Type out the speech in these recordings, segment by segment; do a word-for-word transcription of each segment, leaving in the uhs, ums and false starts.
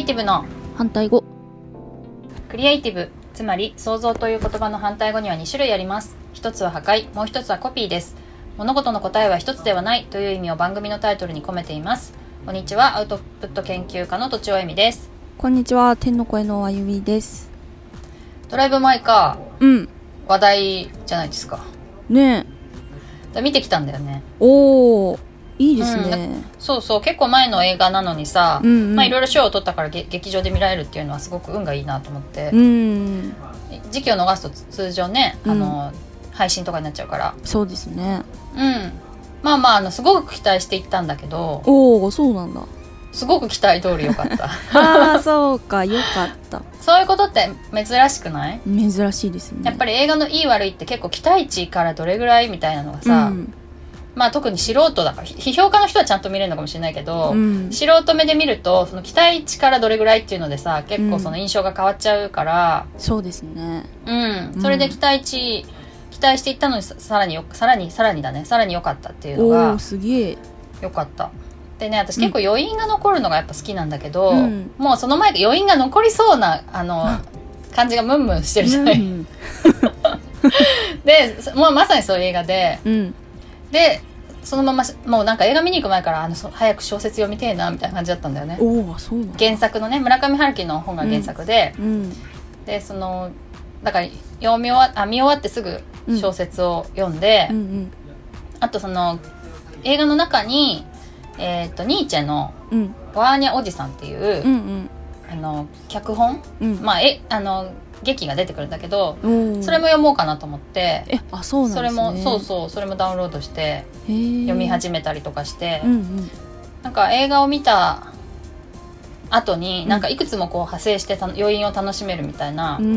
イティブの反対語。 クリエイティブ、つまり創造という言葉の反対語にはに種類あります。一つは破壊、もう一つはコピーです。物事の答えは一つではないという意味を番組のタイトルに込めています。こんにちは、アウトプット研究家のとちおえみです。 こんにちは、天の声のあゆみです。 ドライブ・マイ・カー、 うん話題じゃないですかねえ。見てきたんだよね。 おー、いいですね、 うん、そうそう、結構前の映画なのにさ、 うんうん、 まあいろいろ賞を取ったから劇場で見られるっていうのはすごく運がいいなと思って、 うん、 時期を逃すと通常ね、あの、うん、配信とかになっちゃうから。 そうですね。 うんまあまあ、あのすごく期待していったんだけど、 おお、そうなんだ。 すごく期待通りよかったああ、そうか、よかった。 そういうことって珍しくない？ 珍しいですね。 やっぱり映画のいい悪いって結構期待値からどれぐらいみたいなのがさ、うん、まあ特に素人だから、批評家の人はちゃんと見れるのかもしれないけど、うん、素人目で見るとその期待値からどれぐらいっていうのでさ、結構その印象が変わっちゃうから、 うん、そうですね。 うん、それで期待値、期待していったのにさらによさらにさらにだねさらに良かったっていうのが、 おー、すげえ良かった。でね、私結構余韻が残るのがやっぱ好きなんだけど、うん、もうその前余韻が残りそうなあの感じがムンムンしてるじゃない、うん、でもうまさにそういう映画で、うん、でそのままもうなんか映画見に行く前からあの早く小説読みてえなみたいな感じだったんだよね。 お、そうなんだ。 原作のね、村上春樹の本が原作で、うんうん、でそのだから読み終わあ見終わってすぐ小説を読んで、うんうんうん、あとその映画の中にえー、とニーチェのワーニャおじさんっていう、うんうん、あの脚本、うん、まあ、えあの劇が出てくるんだけど、うん、それも読もうかなと思って、 えあそうなんですね、 それもそうそうそれもダウンロードして読み始めたりとかして、 うんうん、 なんか映画を見た後になんかいくつもこう派生してた余韻を楽しめるみたいな、うん、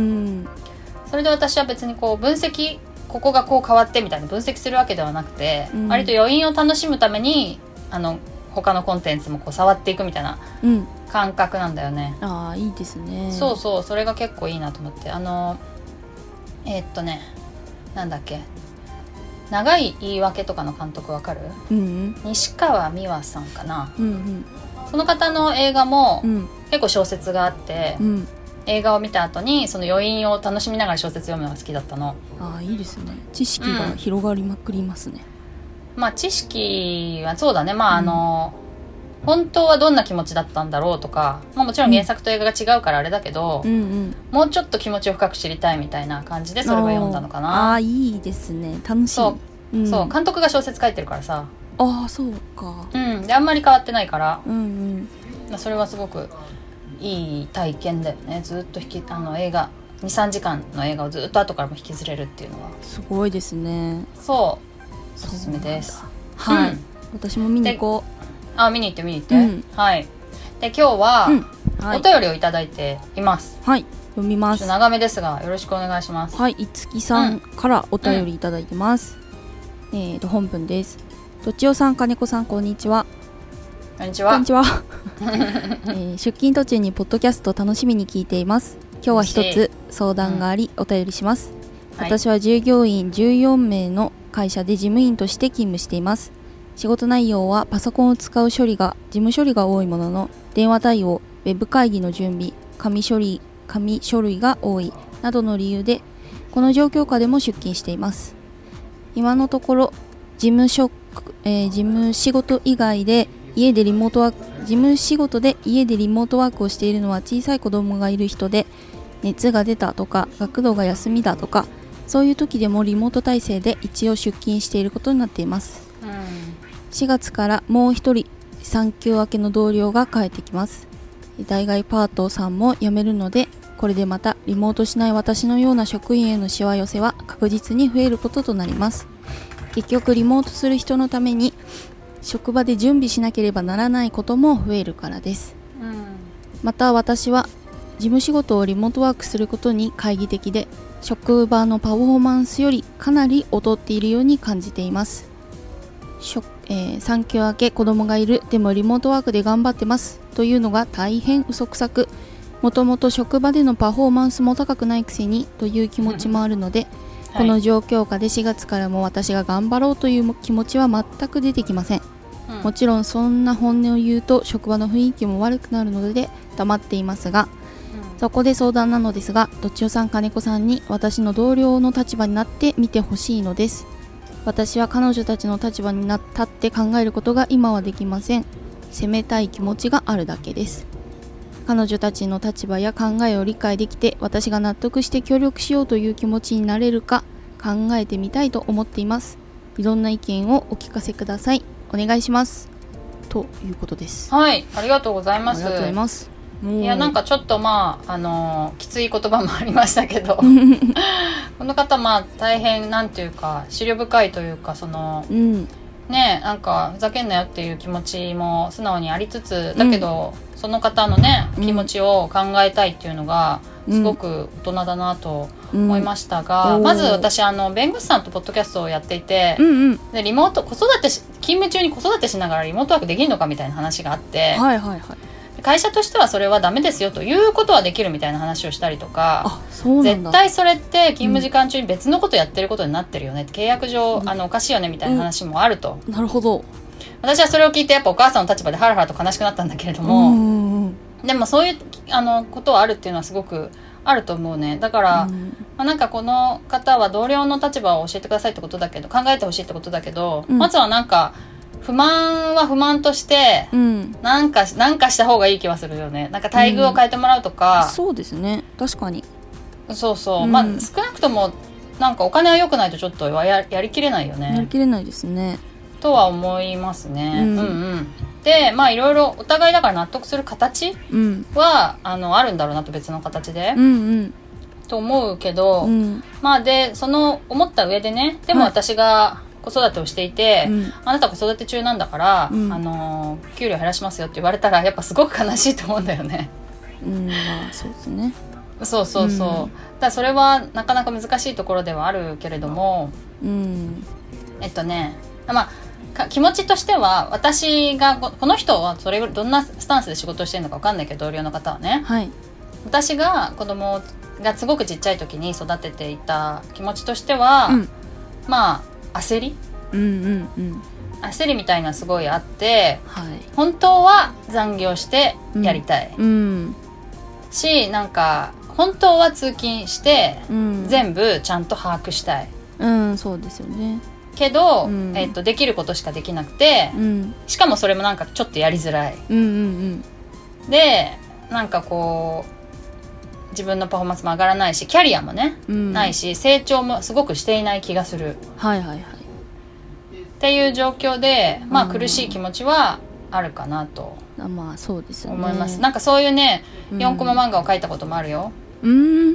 それで私は別にこう分析ここがこう変わってみたいな分析するわけではなくて、うん、割と余韻を楽しむためにあの他のコンテンツもこう触っていくみたいな感覚なんだよね、 うん、ああいいですね。 そうそう、それが結構いいなと思って、あのえー、っとねなんだっけ、長い言い訳とかの監督わかる？うんうん、西川美和さんかな、うんうん、その方の映画も結構小説があって、うん、映画を見た後にその余韻を楽しみながら小説読むのが好きだったの。 ああいいですね。知識が広がりまくりますね、 うん、まあ知識はそうだね、まああの、うん、本当はどんな気持ちだったんだろうとか、まあ、もちろん原作と映画が違うからあれだけど、うんうん、もうちょっと気持ちを深く知りたいみたいな感じでそれを読んだのかな。 ああいいですね、楽しい。 そう、うん、そう監督が小説書いてるからさ。 ああそうか、 うん、であんまり変わってないから、 うんうん、それはすごくいい体験だよね。ずっと引きあの映画 に,さん 時間の映画をずっと後からも引きずれるっていうのはすごいですね。 そうおすすめです。 はい、うん、私も見に行こう。 あ、見に行って見に行って、うん、はいで今日は、うんはい、お便りをいただいています。 はい読みます。 ちょっと長めですがよろしくお願いします。 はい、いつきさんからお便りいただいてます、うん、えーと本文です。とちおさん、金子さん、こんにちは。 こんにちは。 こんにちは、えー、出勤途中にポッドキャスト楽しみに聞いています。今日は一つ相談があり、うん、お便りします、はい、私は従業員じゅうよんめいの会社で事務員として勤務しています。仕事内容はパソコンを使う処理が事務処理が多いものの、電話対応、ウェブ会議の準備、紙処理、紙書類が多いなどの理由でこの状況下でも出勤しています。今のところ事務職、えー、事務仕事以外で家でリモートワーク事務仕事で家でリモートワークをしているのは小さい子供がいる人で、熱が出たとか学童が休みだとかそういう時でもリモート体制で一応出勤していることになっています、うん、しがつからもう一人産休明けの同僚が帰ってきます。代替パートさんも辞めるので、これでまたリモートしない私のような職員へのしわ寄せは確実に増えることとなります。結局リモートする人のために職場で準備しなければならないことも増えるからです、うん、また私は事務仕事をリモートワークすることに懐疑的で、職場のパフォーマンスよりかなり劣っているように感じています。えー、産休明け子供がいる、でもリモートワークで頑張ってますというのが大変嘘くさく、もともと職場でのパフォーマンスも高くないくせにという気持ちもあるので、うん、この状況下でしがつからも私が頑張ろうという気持ちは全く出てきません、うん、 もちろんそんな本音を言うと職場の雰囲気も悪くなるので黙っていますが、うん、そこで相談なのですが、どっちおさん金子さんに私の同僚の立場になってみてほしいのです。私は彼女たちの立場にな立って考えることが今はできません。責めたい気持ちがあるだけです。彼女たちの立場や考えを理解できて、私が納得して協力しようという気持ちになれるか考えてみたいと思っています。いろんな意見をお聞かせください。お願いします。ということです。 はい、ありがとうございます。 ありがとうございます。 いや、なんかちょっとまあ、あのー、きつい言葉もありましたけどこの方まあ大変なんていうか思慮深いというか、その、うん、ね、なんかふざけんなよっていう気持ちも素直にありつつだけど、うん、その方のね気持ちを考えたいっていうのがすごく大人だなと思いましたが、うん、まず私あの弁護士さんとポッドキャストをやっていて、うんうん、でリモート子育てし勤務中に子育てしながらリモートワークできるのかみたいな話があって、はいはいはい、会社としてはそれはダメですよということはできるみたいな話をしたりとか、あ、そうなんだ、絶対それって勤務時間中に別のことやってることになってるよね、うん、契約上あのおかしいよねみたいな話もあると、 うん、なるほど。 私はそれを聞いてやっぱお母さんの立場でハラハラと悲しくなったんだけれども、うんうんうん、でもそういうあのことはあるっていうのはすごくあると思うね。だから、うんまあ、なんかこの方は同僚の立場を教えてくださいってことだけど、考えてほしいってことだけど、うん、まずはなんか不満は不満として、うん、なんかなんかした方がいい気はするよね。なんか待遇を変えてもらうとか、 うん、そうですね、確かに。 そうそう、うん、まあ少なくともなんかお金は良くないとちょっと や, やりきれないよね。 やりきれないですねとは思いますね、うん、うんうんでまあいろいろお互いだから納得する形は、うん、あのあるんだろうなと、別の形で、うんうん、と思うけど、うん、まあでその思った上でね、でも私が子育てをしていて、はい、あなた子育て中なんだから、うん、あの給料減らしますよって言われたらやっぱすごく悲しいと思うんだよね。 うん、まあそうですね。 そうそうそう、うん、だからそれはなかなか難しいところではあるけれども、うん、えっとねまあ気持ちとしては、私がこの人はそれどんなスタンスで仕事をしてるのか分かんないけど、同僚の方はね、はい、私が子供がすごくちっちゃい時に育てていた気持ちとしては、うん、まあ焦り、うんうんうん、焦りみたいなすごいあって、はい、本当は残業してやりたい、うんうん、し、なんか本当は通勤して、うん、全部ちゃんと把握したい、 うん、そうですよね。 けど、うんえー、とできることしかできなくて、うん、しかもそれもなんかちょっとやりづらい、うんうんうん、でなんかこう自分のパフォーマンスも上がらないし、キャリアもね、うん、ないし、成長もすごくしていない気がする、はいはいはい、っていう状況で、まあ、苦しい気持ちはあるかなとまあそうですよね、 思います。なんかそういうね、よんコマ漫画を描いたこともあるよ。うん、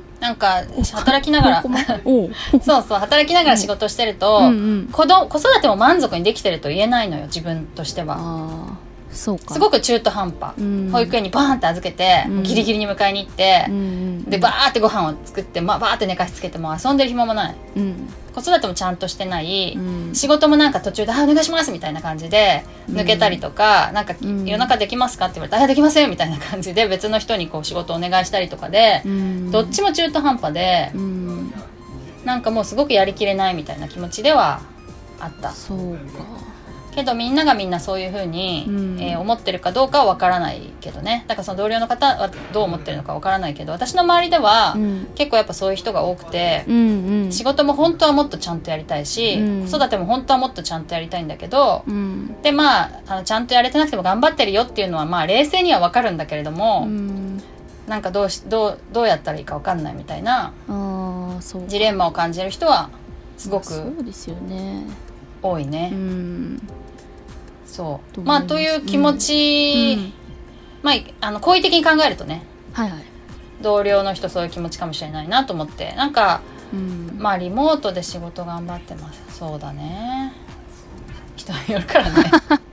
なんか働きながらそうそう働きながら仕事してると、うんうん、子, ど子育ても満足にできてると言えないのよ、自分としては。あ、そうか。すごく中途半端、うん、保育園にバーンって預けて、うん、ギリギリに迎えに行って、うん、でバーってご飯を作って、ま、バーって寝かしつけても遊んでる暇もない、うん、子育てもちゃんとしてない、うん、仕事もなんか途中であお願いしますみたいな感じで抜けたりとか、うん、なんか夜中できますかって言われたら、あできませんみたいな感じで別の人にこう仕事をお願いしたりとかで、うん、どっちも中途半端で、うん、なんかもうすごくやりきれないみたいな気持ちではあった。そうか。けどみんながみんなそういう風に、うんえー、思ってるかどうかは分からないけどね。だからその同僚の方はどう思ってるのか分からないけど、私の周りでは、うん、結構やっぱそういう人が多くて、うんうん、仕事も本当はもっとちゃんとやりたいし、うん、子育ても本当はもっとちゃんとやりたいんだけど、うん、でまあ、あのちゃんとやれてなくても頑張ってるよっていうのはまあ冷静には分かるんだけれども、うん、なんかどうしどうどうやったらいいか分かんないみたいなあそうジレンマを感じる人はすごくそうですよね、 多いね。うんそうまあという気持ち、うんうん、まああの好意的に考えるとね、はいはい、同僚の人そういう気持ちかもしれないなと思って、なんか、うん、まあリモートで仕事頑張ってます。そうだね、人によるからね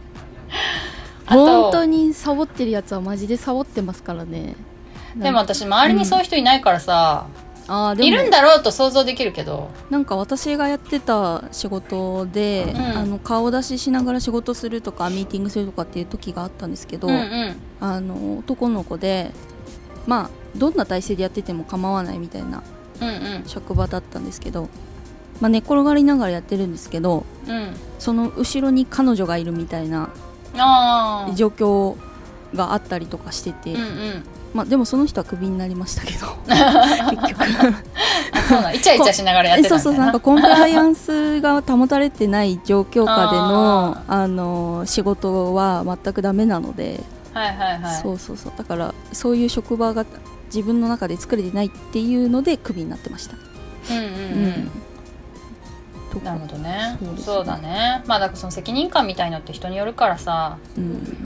本当にサボってるやつはマジでサボってますからね。 でも私周りにそういう人いないからさ、うんあでもいるんだろうと想像できるけど、 なんか私がやってた仕事で、うん、あの顔出ししながら仕事するとかミーティングするとかっていう時があったんですけど、うんうん、あの男の子でまあどんな体勢でやってても構わないみたいな職場だったんですけど、まあ、寝転がりながらやってるんですけど、うん、その後ろに彼女がいるみたいな状況があったりとかしてて、うんうん、まあ、でもその人はクビになりましたけど結局あ、そうな、イチャイチャしながらやってたみたいな。 そうそう、なんかコンプライアンスが保たれてない状況下でのああの仕事は全くダメなので、 はいはいはい、 そうそうそう、だからそういう職場が自分の中で作れてないっていうのでクビになってました。 うんうんうん、うん、なるほどね。そうですね、そうだね。まあだからその責任感みたいのって人によるからさ、うん、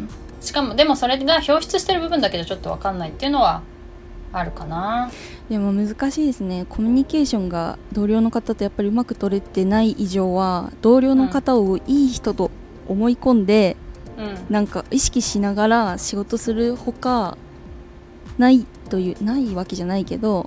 しかもでもそれが表出してる部分だけどちょっと分かんないっていうのはあるかな。 でも難しいですね。コミュニケーションが同僚の方とやっぱりうまく取れてない以上は、同僚の方をいい人と思い込んで、うん、なんか意識しながら仕事するほかないという、ないわけじゃないけど、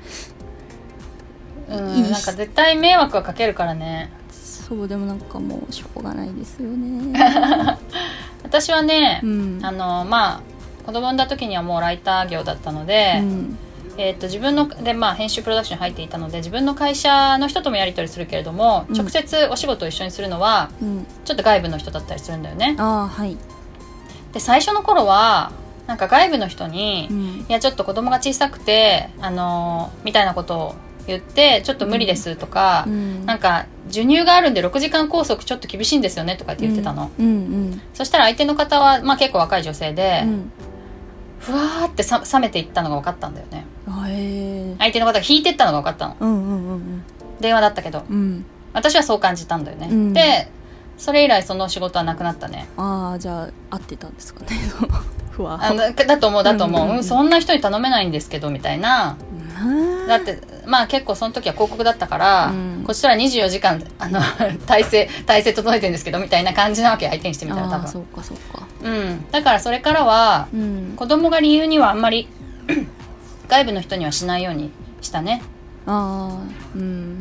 うん、いい、なんか絶対迷惑はかけるからね。 そう、でもなんかもうしょうがないですよね私はね、うん、あのまあ子供産んだ時にはもうライター業だったので、うん、えー、と自分ので、まあ、編集プロダクションに入っていたので自分の会社の人ともやり取りするけれども、うん、直接お仕事を一緒にするのは、うん、ちょっと外部の人だったりするんだよね。 あ、はい、 で最初の頃はなんか外部の人に、うん、いやちょっと子供が小さくてあのー、みたいなことを言ってちょっと無理ですとか、うん、なんか授乳があるんでろくじかん拘束ちょっと厳しいんですよねとかって言ってたの、うんうんうん、そしたら相手の方は、まあ、結構若い女性で、うん、ふわーってさ冷めていったのが分かったんだよね。へ、相手の方が引いてったのが分かったの、うんうんうんうん、電話だったけど、うん、私はそう感じたんだよね、うん、でそれ以来その仕事はなくなったね。 ああ、じゃあ合ってたんですかねふわあだと思うだと思う、うんうんうん、そんな人に頼めないんですけどみたいな、だってまあ結構その時は広告だったから、うん、こちらはにじゅうよじかんあの体制体制整えてるんですけどみたいな感じなわけ、相手にしてみたら多分。 あ、そうかそうか、 うん、だからそれからは、うん、子供が理由にはあんまり外部の人にはしないようにしたね。 あ、うん、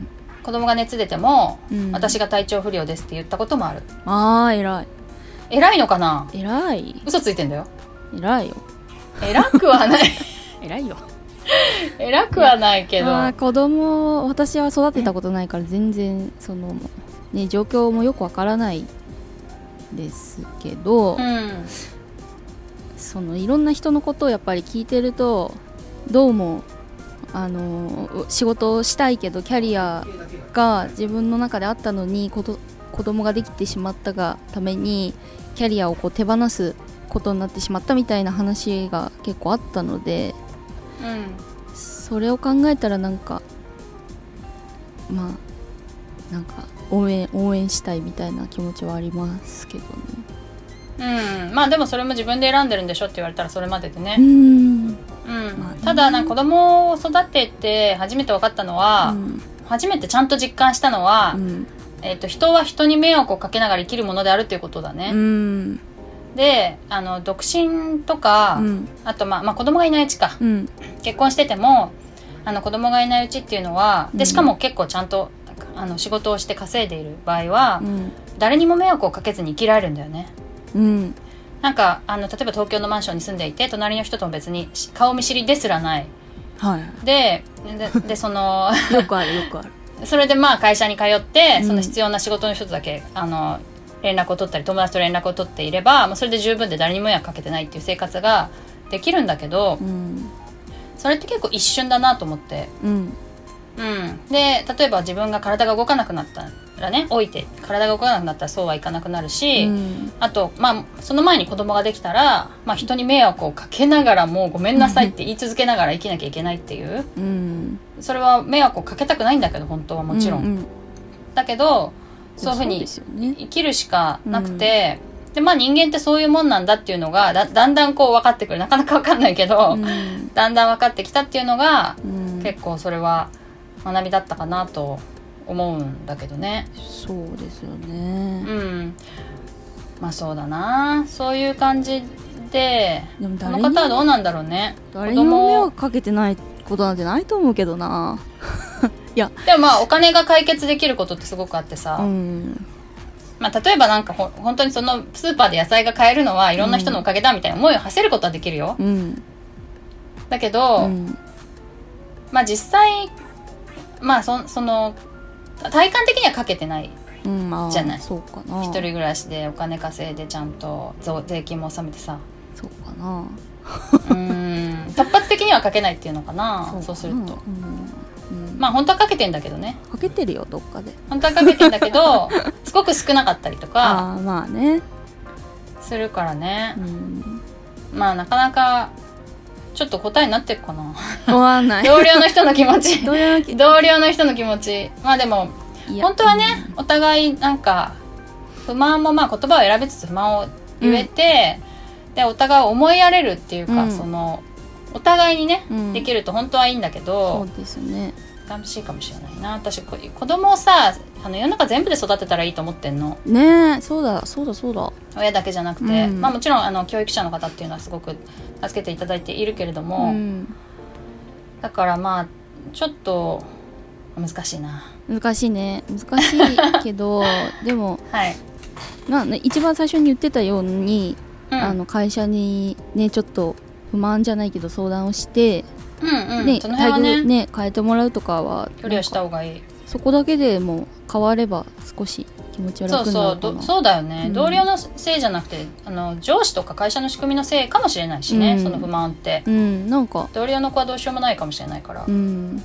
子供が熱出ても、うん、私が体調不良ですって言ったこともある。 あー、偉い。 偉いのかな。 偉い。 嘘ついてんだよ。 偉いよ。 偉くはない偉いよ偉くはないけど、 まあ、子供私は育てたことないから全然その、ね、状況もよくわからないですけど、うん、そのいろんな人のことをやっぱり聞いてるとどうもあの仕事をしたいけどキャリアが自分の中であったのにこと子供ができてしまったがためにキャリアをこう手放すことになってしまったみたいな話が結構あったので、うん、それを考えたらなんかまあなんか応援応援したいみたいな気持ちはありますけどね。うん、まあでもそれも自分で選んでるんでしょって言われたらそれまででね。うん、うんまあ、ただなんか子供を育てて初めて分かったのは、うん、初めてちゃんと実感したのは、うんえー、と人は人に迷惑をかけながら生きるものであるっていうことだね。うんであの独身とか、うん、あと、まあまあ、子供がいないうちか、うん、結婚しててもあの子供がいないうちっていうのはでしかも結構ちゃんとあの仕事をして稼いでいる場合は、うん、誰にも迷惑をかけずに生きられるんだよね、うん、なんかあの例えば東京のマンションに住んでいて隣の人とも別に顔見知りですらない、はい、で, で, でそのよくあるよくあるそれでまあ会社に通ってその必要な仕事の人とだけ、うん、あの連絡を取ったり友達と連絡を取っていれば、まあ、それで十分で誰にも迷惑かけてないっていう生活ができるんだけど、うん、それって結構一瞬だなと思って、うんうん、で例えば自分が体が動かなくなったらね置いて体が動かなくなったらそうはいかなくなるし、うん、あと、まあ、その前に子供ができたら、まあ、人に迷惑をかけながらもごめんなさいって言い続けながら生きなきゃいけないっていう、うん、それは迷惑をかけたくないんだけど本当はもちろん、うんうん、だけどそういうふうに生きるしかなくて、うん、でまあ人間ってそういうもんなんだっていうのが だ, だんだんこう分かってくるなかなか分かんないけど、うん、だんだん分かってきたっていうのが、うん、結構それは学びだったかなと思うんだけどね。 そうですよね。 うんまあそうだなそういう感じででもこの方はどうなんだろうね。 誰にも迷惑かけてないことなんてないと思うけどないやでもまあお金が解決できることってすごくあってさ、うんまあ、例えばなんかほ本当にそのスーパーで野菜が買えるのはいろんな人のおかげだみたいな思いを馳せることはできるよ、うん、だけど、うんまあ、実際、まあ、そ, その体感的にはかけてないうん、まあ、 じゃない。 そうかな。 一人暮らしでお金稼いでちゃんと税金も納めてさ。 そうかな。 うーん突発的にはかけないっていうのかな。 そう, そうすると、うんうん、まあ本当はかけてんだけどね。 かけてるよどっかで。 本当はかけてんだけどすごく少なかったりとかあまあねするからね、 うん、 まあなかなかちょっと答えになってるかな。 わかんない。 同僚の人の気持ち同僚の同僚の人の気持ち。まあでも本当はね、うん、お互いなんか不満もまあ言葉を選びつつ不満を言えて、うん、でお互い思いやれるっていうか、うん、そのお互いにね、うん、できると本当はいいんだけど、 そうですね。 楽しいかもしれないな。私子供をさあの世の中全部で育てたらいいと思ってんのね。えそうだそうだそうだ。 親だけじゃなくて、うん、まあもちろんあの教育者の方っていうのはすごく助けていただいているけれども、うん、だからまあちょっと難しいな。 難しいね。難しいけどでも、はいまあね、一番最初に言ってたように、うん、あの会社にねちょっと不満じゃないけど相談をして、 うんうんね、その辺はね、 待遇ね変えてもらうとかは距離をした方がいい。 そこだけでも変われば少し気持ちは楽になるかな。 そうそう、そうだよね、うん、同僚のせいじゃなくてあの上司とか会社の仕組みのせいかもしれないしね、うん、その不満って、 うん、なんか同僚の子はどうしようもないかもしれないから、うんうん、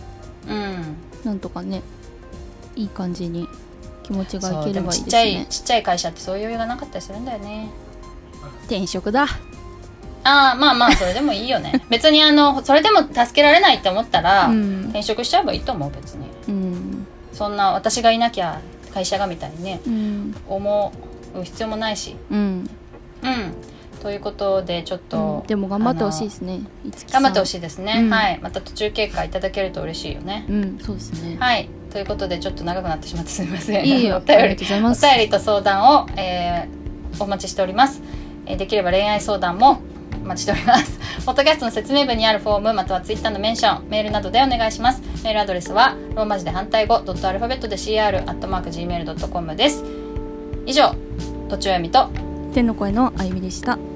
なんとかねいい感じに気持ちがいければいいですね。 ちっちゃい、ちっちゃい会社ってそういう余裕がなかったりするんだよね。 転職だ。 ああまあまあそれでもいいよね。別にあのそれでも助けられないって思ったら、うん、転職しちゃえばいいと思う別に、うん、そんな私がいなきゃ会社がみたいにね、うん、思う必要もないし、うん、うん、ということでちょっと、 うん、でも頑張ってほしいですね。 頑張ってほしいですね、うん、はい。また途中経過いただけると嬉しいよね。 うんそうですね。 はいということでちょっと長くなってしまってすみません。 いいよお便りありがとうございます。 お便りと相談を、えー、お待ちしております、えー、できれば恋愛相談もお待ちしております。ポッドキャストの説明文にあるフォームまたはツイッターのメンションメールなどでお願いします。メールアドレスはローマ字で反対語ドットアルファベットで シーアール アットマーク ジーメール ドットコム です。以上とちおえみと天の声のあゆみでした。